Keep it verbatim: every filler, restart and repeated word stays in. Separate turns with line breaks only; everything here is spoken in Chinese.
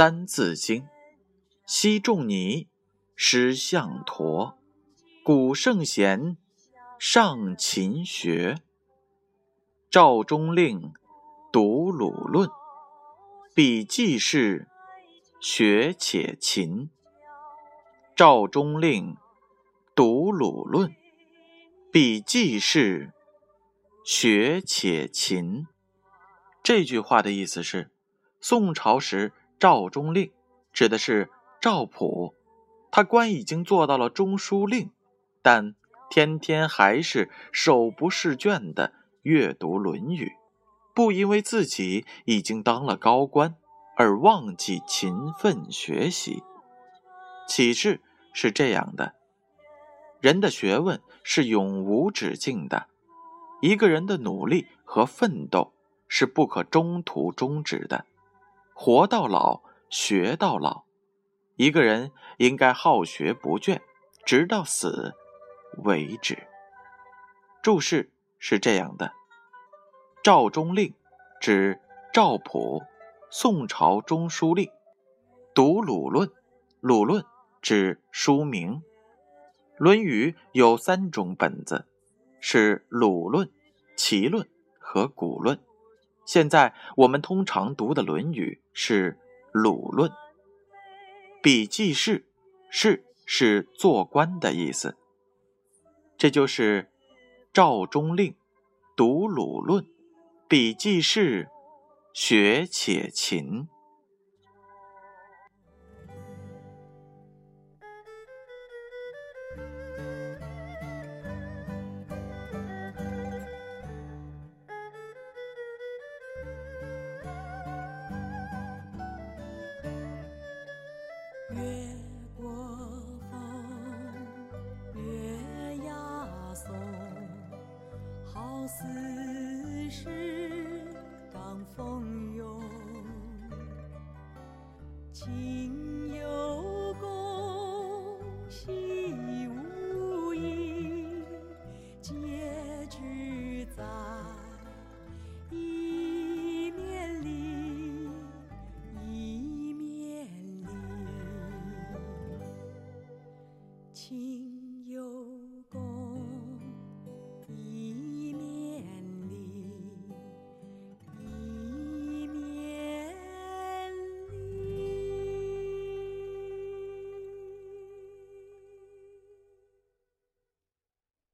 三字经，昔仲尼，师象陀，古圣贤，上勤学。赵中令，读鲁论，笔记事，学且勤。赵中令，读鲁论，笔记事，学且勤。这句话的意思是，宋朝时赵中令指的是赵普，他官已经做到了中书令，但天天还是手不释卷的阅读《论语》，不因为自己已经当了高官而忘记勤奋学习。启示是这样的，人的学问是永无止境的，一个人的努力和奋斗是不可中途终止的，活到老，学到老。一个人应该好学不倦，直到死为止。注释是这样的，赵中令指赵普，宋朝中书令，读鲁论，鲁论指书名。论语有三种本子，是鲁论、齐论和古论。现在我们通常读的《论语》是鲁论。笔记事，事是做官的意思。这就是赵中令，读鲁论，笔记事，学且勤。
越过风，越押送，好似是刚蜂拥。情有功，喜